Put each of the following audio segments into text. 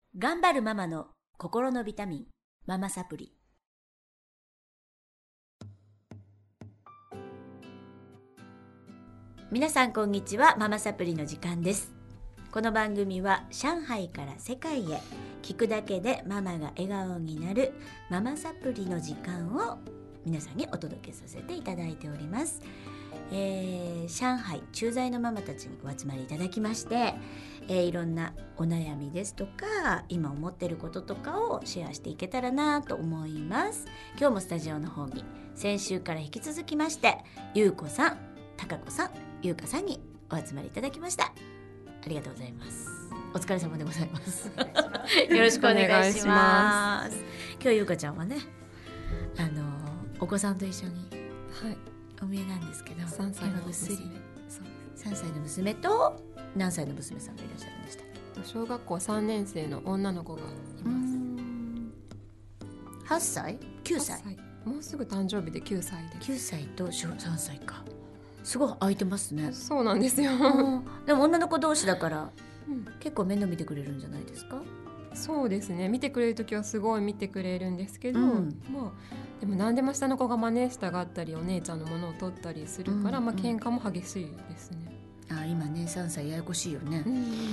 頑張るママの心のビタミン、ママサプリ。皆さんこんにちは。ママサプリの時間です。この番組は上海から世界へ、聞くだけでママが笑顔になるママサプリの時間を皆さんにお届けさせていただいております。上海駐在のママたちにお集まりいただきまして、いろんなお悩みですとか今思っていることとかをシェアしていけたらなと思います。今日もスタジオの方に先週から引き続きましてゆうこさん、たかこさん、ゆうかさんにお集まりいただきました。ありがとうございます。お疲れ様でございます。よろしくお願いします。今日ゆうかちゃんはね、お子さんと一緒にお見えなんですけど、 3歳の娘、 3歳の娘と何歳の娘さんがいらっしゃるんでしたっけ？ 小学校3年生の女の子がいます。8歳 ?9 歳もうすぐ誕生日で9歳です。 9歳と3歳か。すごい空いてますね。 そうなんですよ。 でも女の子同士だから、結構面倒見てくれるんじゃないですか？ そうですね、見てくれるときはすごい見てくれるんですけど、でも何でも下の子が真似したがったりお姉ちゃんのものを取ったりするから、喧嘩も激しいですね。 今ね3歳ややこしいよね。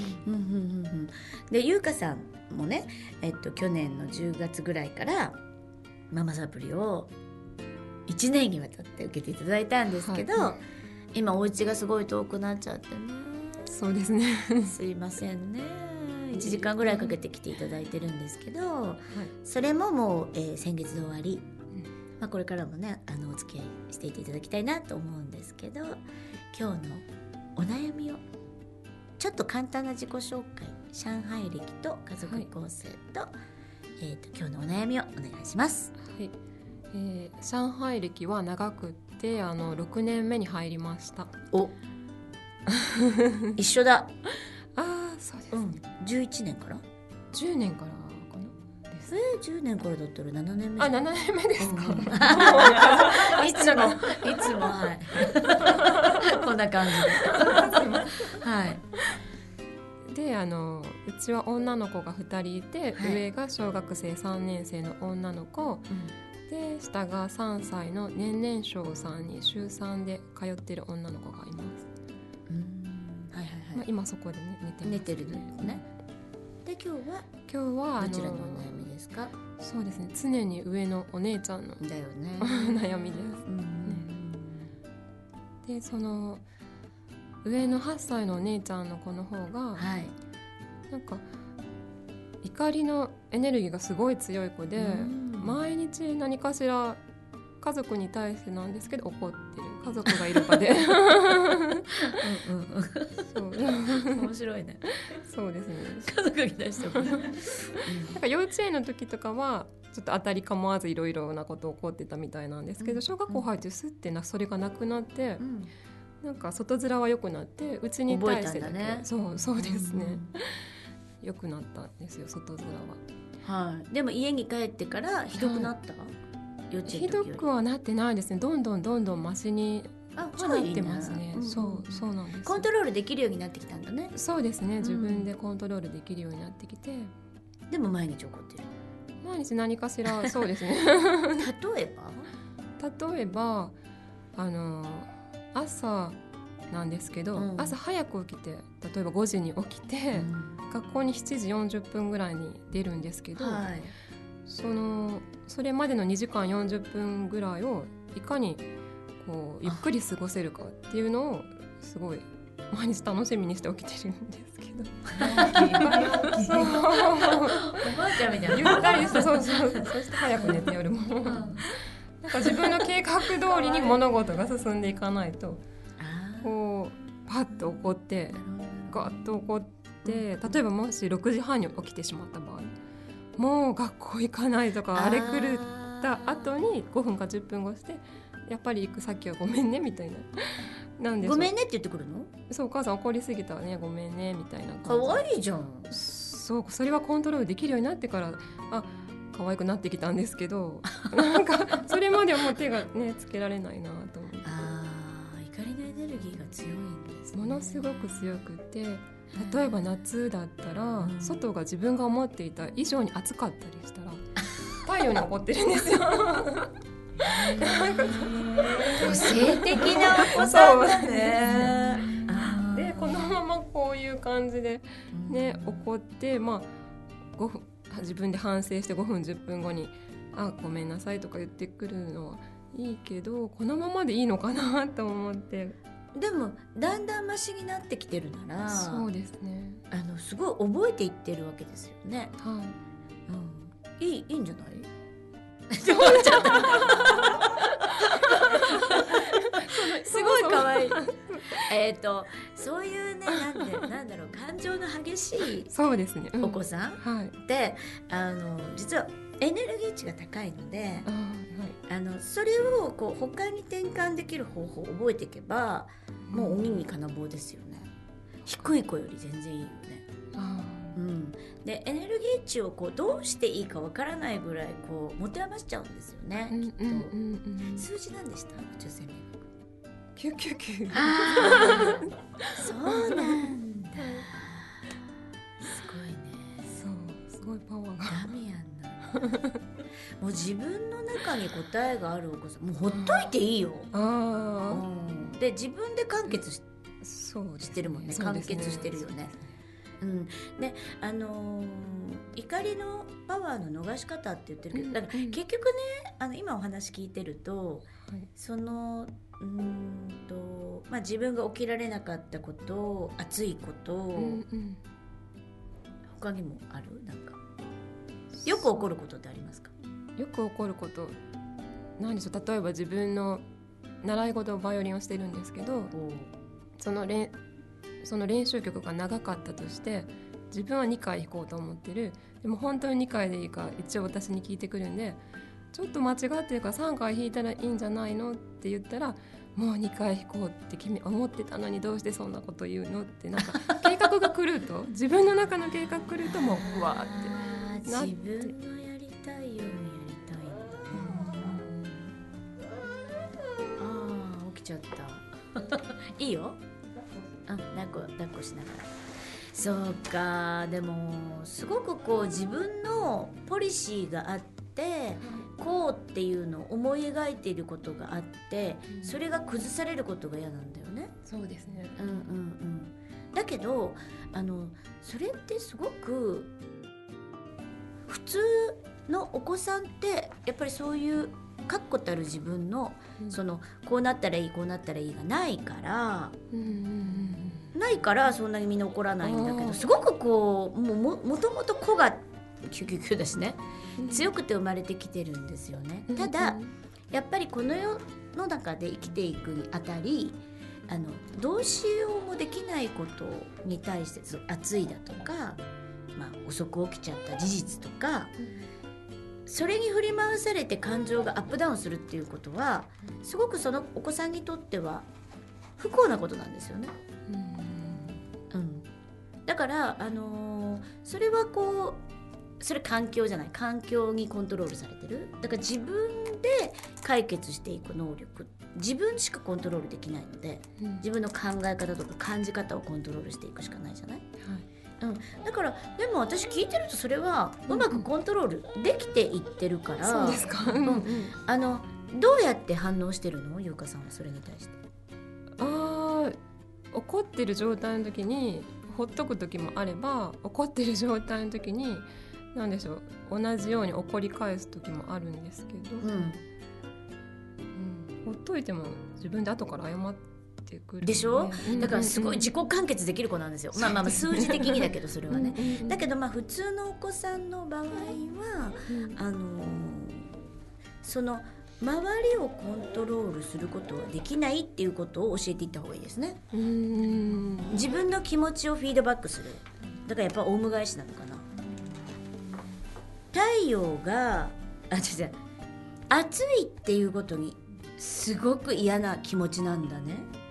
でゆうかさんもね、去年の10月ぐらいからママサプリを1年にわたって受けていただいたんですけど、今お家がすごい遠くなっちゃってね。 そうですね。 すいませんね。1時間ぐらいかけて来ていただいてるんですけど、それももう、先月で終わり、これからもねお付き合いしていていただきたいなと思うんですけど、今日のお悩みをちょっと簡単な自己紹介、上海歴と家族構成と、今日のお悩みをお願いします。 上海歴は長くって6年目に入りました。 お一緒だ。 そうですね、 11年から 10年からかなです。 10年からだったら7年目。 7年目ですか？ いつもはいこんな感じででうちは女の子が2人いて、上が小学生3年生の女の子、で下が3歳の年々小さんに週3で通っている女の子がいます。今そこで、 寝てるのね。で今日はどちらのお悩みですか？ そうですね、常に上のお姉ちゃんのだよね悩みです、でその上の8歳のお姉ちゃんの子の方が、なんか怒りのエネルギーがすごい強い子で、毎日何かしら家族に対してなんですけど怒ってる家族がいるかでそう面白いね。 そうですね、 家族に対して怒るなんか幼稚園の時とかはちょっと当たり構わずいろいろなこと起こってたみたいなんですけど、小学校入ってすってそれがなくなって、なんか外面は良くなってうちに対してだけ、そうですね、良くなったんですよ、外面は。 でも家に帰ってからひどくなった？ ひどくはなってないですね。どんどんマシになってますね。そうなんです。 コントロールできるようになってきたんだね。 そうですね、自分でコントロールできるようになってきて、 でも毎日怒ってる？ 毎日何かしらそうですね例えば朝なんですけど、朝早く起きて、例えば5時に起きて、学校に7時40分ぐらいに出るんですけど、それまでの2時間40分ぐらいをいかにこうゆっくり過ごせるかっていうのをすごい毎日楽しみにして起きてるんですけどおばあちゃんみたいなゆったりしてそして早く寝て夜もなんか自分の計画通りに物事が進んでいかないとこうパッと怒ってガッと怒って、例えばもし6時半に起きてしまった場合、もう学校行かないとかあれ狂った後に5分か10分後してやっぱり行く先はごめんねみたいななんでごめんねって言ってくるの？ そう、お母さん怒りすぎたわねごめんねみたいな感じ。 かわいいじゃん。 そう、それはコントロールできるようになってから可愛くなってきたんですけどなんかそれまではもう手がねつけられないなと思って。 怒りのエネルギーが強いんですね。 ものすごく強くて、 例えば夏だったら、外が自分が思っていた以上に暑かったりしたら太陽に怒ってるんですよ個性的なお子さんだね。 でこのままこういう感じでね、怒って、5分自分で反省して5分10分後にごめんなさいとか言ってくるのはいいけど、このままでいいのかなと思って。 でもだんだんマシになってきてるなら、 そうですね、 すごい覚えていってるわけですよね。 はい、 いいんじゃない？すごい可愛い。そういうね、なんだろう、感情の激しいそうですね、 お子さん、 はい、 で実はエネルギー値が高いので、それをこう他に転換できる方法を覚えていけば、もう鬼に金棒ですよね。低い子より全然いいよね。でエネルギー値をこうどうしていいかわからないぐらいこう持て余しちゃうんですよね、きっと。数字なんでした？宇宙生命学 999。 そうなんだ。すごいね。 すごいパワーが。 ダミアンな。もう自分の中に答えがあるお子さん、もうほっといていいよ。で自分で完結してるもんね。完結してるよね。で怒りのパワーの逃し方って言ってるけど、だから結局ね、今お話聞いてると、その自分が起きられなかったこと、暑いこと、他にもある？なんかよく起こることってありますか？ よく起こること何でしょう。例えば自分の習い事バイオリンをしてるんですけど、その練習曲が長かったとして、自分は2回弾こうと思ってる。でも本当に2回でいいか一応私に聞いてくるんで、ちょっと間違ってるから3回弾いたらいいんじゃないのって言ったら、もう2回弾こうって思ってたのにどうしてそんなこと言うのって、なんか計画が来ると自分の中の計画来るともううわーってなって、 自分のやりたいようにやりたいんだ。起きちゃったいいよ、抱っこしながら。そうか。でもすごくこう自分のポリシーがあって、こうっていうのを思い描いていることがあって、それが崩されることが嫌なんだよね。 そうですね。 だけどそれってすごく普通のお子さんってやっぱりそういう確固たる自分の、こうなったらいいこうなったらいいがないから、ないからそんなにみんな怒らないんだけど、すごくこうもともと子が999だしね、強くて生まれてきてるんですよね。ただやっぱりこの世の中で生きていくにあたり、どうしようもできないことに対して暑いだとか、遅く起きちゃった事実とか、それに振り回されて感情がアップダウンするっていうことは、すごくそのお子さんにとっては不幸なことなんですよね。だからそれはこう、それ環境じゃない、環境にコントロールされてる。だから自分で解決していく能力、自分しかコントロールできないので、自分の考え方とか感じ方をコントロールしていくしかないじゃない。だからでも私聞いてるとそれはうまくコントロールできていってるから、 そうですか。 どうやって反応してるの？優香さんはそれに対して。 怒ってる状態の時にほっとく時もあれば、怒ってる状態の時に何でしょう、同じように怒り返す時もあるんですけど、ほっといても自分で後から謝ってくるでしょ。だからすごい自己完結できる子なんですよ。数字的にだけどそれはねだけど普通のお子さんの場合は、その周りをコントロールすることはできないっていうことを教えていった方がいいですね。自分の気持ちをフィードバックする。だからやっぱオウム返しなのかな。太陽が暑いっていうことにすごく嫌な気持ちなんだね。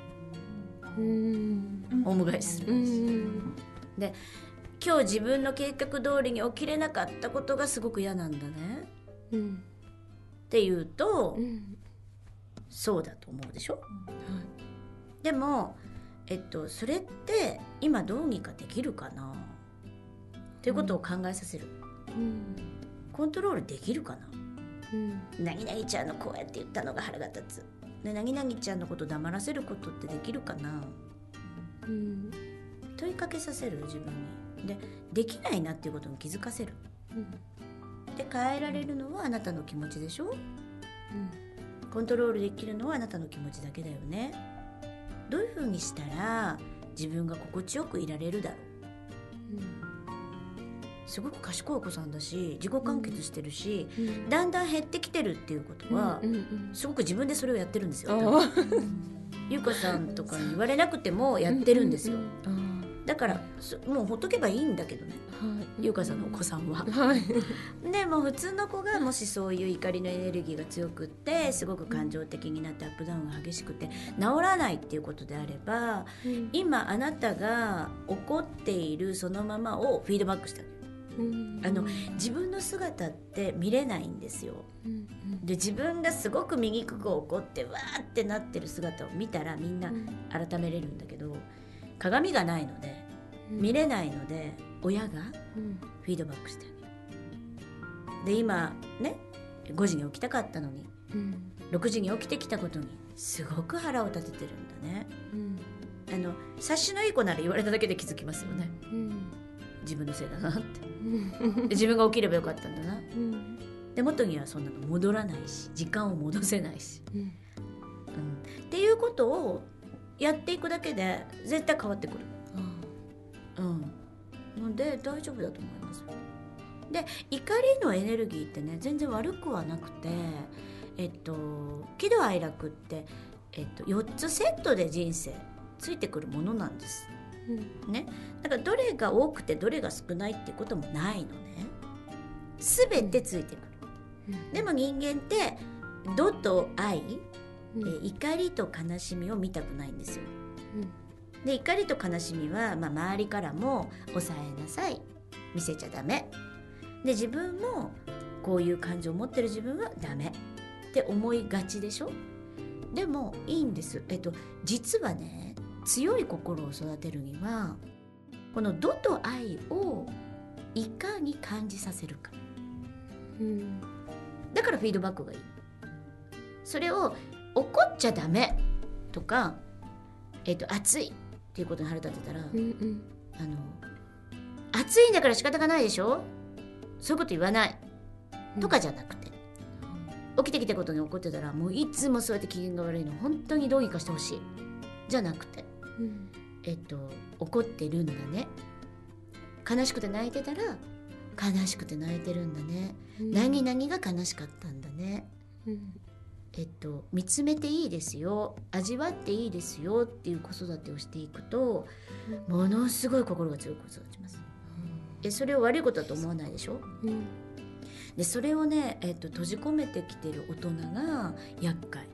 オウム返しするんですで、今日自分の計画通りに起きれなかったことがすごく嫌なんだね、っていうと、そうだと思うでしょ、でもそれって今どうにかできるかなっていうことを考えさせる、コントロールできるかな、なぎなぎちゃんのこうやって言ったのが腹が立つで、なぎなぎちゃんのこと黙らせることってできるかな、問いかけさせる、自分に。できないなっていうことに気づかせる、で変えられるのはあなたの気持ちでしょ、コントロールできるのはあなたの気持ちだけだよね。どういうふうにしたら自分が心地よくいられるだろう、すごく賢いお子さんだし自己完結してるし、だんだん減ってきてるっていうことは、すごく自分でそれをやってるんですよ。ゆうかさんとかに言われなくてもやってるんですよ。だからもうほっとけばいいんだけどね、ゆうかさんのお子さんは。でも普通の子がもしそういう怒りのエネルギーが強くってすごく感情的になってアップダウンが激しくて治らないっていうことであれば、今あなたが怒っているそのままをフィードバックしてある。自分の姿って見れないんですよ。で自分がすごく醜く怒ってわーってなってる姿を見たらみんな改めれるんだけど、鏡がないので見れないので、親がフィードバックしてあげる。で今ね5時に起きたかったのに、6時に起きてきたことにすごく腹を立ててるんだね。察しのいい子なら言われただけで気づきますよね、自分のせいだなってで自分が起きればよかったんだな、で元にはそんなの戻らないし時間を戻せないし、っていうことをやっていくだけで絶対変わってくる、ので大丈夫だと思います。で怒りのエネルギーってね全然悪くはなくて、喜怒哀楽って、4つセットで人生ついてくるものなんです、ね、だからどれが多くてどれが少ないってこともないのね。全てついてくる、でも人間って怒と愛、怒りと悲しみを見たくないんですよ、で怒りと悲しみは、周りからも抑えなさい、見せちゃダメで、自分もこういう感情を持ってる自分はダメって思いがちでしょ。でもいいんです、実はね強い心を育てるにはこの怒と愛をいかに感じさせるか、だからフィードバックがいい。それを怒っちゃダメとか、暑いっていうことに腹立てたら、暑いんだから仕方がないでしょ、そういうこと言わないとかじゃなくて、起きてきたことに怒ってたらもういつもそうやって機嫌が悪いの本当にどうにかしてほしいじゃなくて、怒ってるんだね、悲しくて泣いてたら悲しくて泣いてるんだね、何々が悲しかったんだね、見つめていいですよ、味わっていいですよっていう子育てをしていくと、ものすごい心が強く育ちます、それを悪いことだと思わないでしょ、でそれをね、閉じ込めてきてる大人が厄介、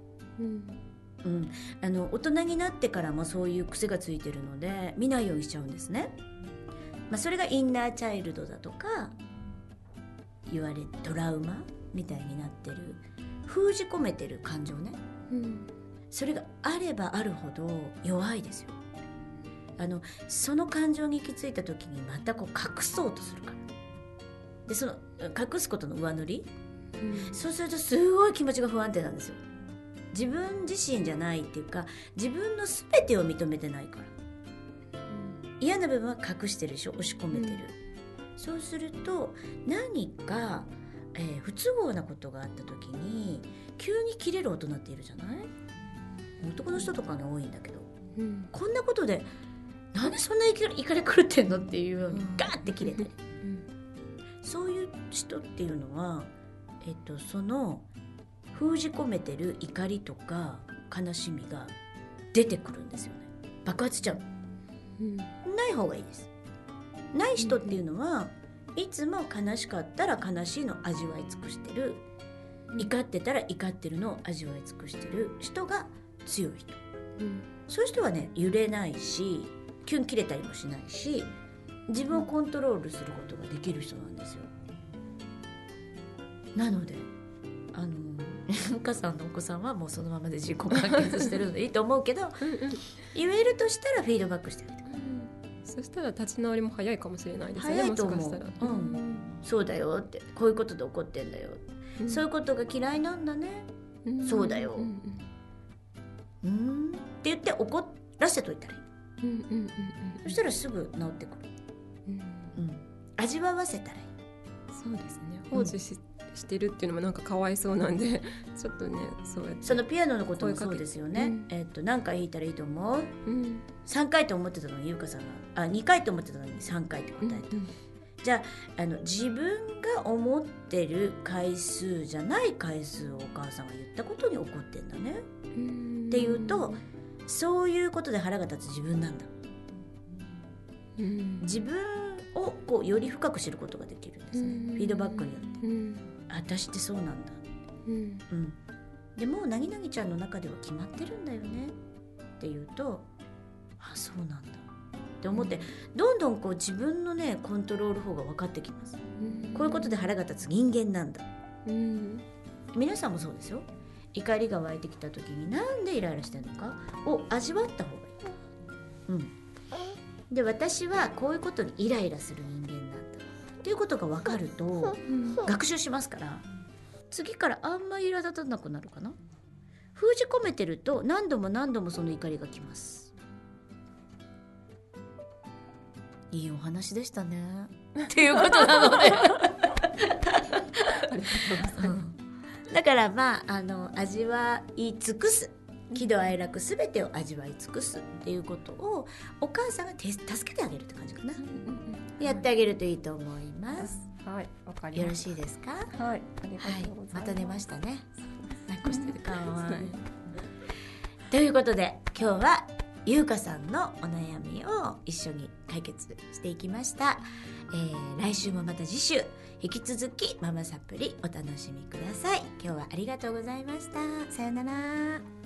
大人になってからもそういう癖がついてるので見ないようにしちゃうんですね、それがインナーチャイルドだとか言われトラウマみたいになってる封じ込めてる感情ね、それがあればあるほど弱いですよ。その感情に行き着いた時にまたこう隠そうとするからで、その隠すことの上塗り、そうするとすごい気持ちが不安定なんですよ。自分自身じゃないっていうか自分の全てを認めてないから、嫌な部分は隠してるでしょ、押し込めてる、そうすると何か、不都合なことがあった時に急に切れる大人っているじゃない。男の人とかに多いんだけど、こんなことでなんでそんな怒り狂ってんのっていうようにガーって切れて、そういう人っていうのは、その封じ込めてる怒りとか悲しみが出てくるんですよね。爆発しちゃう、ない方がいいです。ない人っていうのは、いつも悲しかったら悲しいの味わい尽くしてる、怒ってたら怒ってるのを味わい尽くしてる人が強い人、そういう人はね揺れないしキュン切れたりもしないし自分をコントロールすることができる人なんですよ。なのでゆかさんのお子さんはもうそのままで自己完結してるのでいいと思うけど言えるとしたらフィードバックしてあげて、 そしたら立ち直りも早いかもしれないですね。 早いと思う。 もしかしたら、 そうだよって、こういうことで怒ってんだよ、そういうことが嫌いなんだね、そうだよ、って言って怒らせといたらいい、そしたらすぐ治ってくる、味わわせたらいい。 そうですね、放置してるっていうのもなんかかわいそうなんでちょっとね、そうやってそのピアノのこともそうですよね、何回弾いたらいいと思う、3回と思ってたのにゆうかさんが2回と思ってたのに3回って答えた、じゃあ自分が思ってる回数じゃない回数をお母さんが言ったことに怒ってんだね、っていうとそういうことで腹が立つ自分なんだ、自分をこうより深く知ることができるんですね、フィードバックによって、私ってそうなんだ、でもなぎなぎちゃんの中では決まってるんだよねっていうと、あ、そうなんだって思って、どんどんこう自分のねコントロール法が分かってきます、こういうことで腹が立つ人間なんだ、皆さんもそうですよ。怒りが湧いてきた時になんでイライラしてるのかを味わった方がいい、で私はこういうことにイライラする人間なんだっていうことが分かると、学習しますから、次からあんまり苛立たなくなるかな。封じ込めてると何度も何度もその怒りがきます。いいお話でしたねっていうことなのでだからまあ味わい尽くす、喜怒哀楽すべてを味わい尽くすっていうことをお母さんが助けてあげるって感じかな、やってあげるといいと思います。 はい、わかりました。 よろしいですか。 はい、ありがとうございます。 また寝ましたね。抱っこしてるかわいいということで今日はゆうかさんのお悩みを一緒に解決していきました、来週もまた次週引き続きママサプリお楽しみください。今日はありがとうございました。さよなら。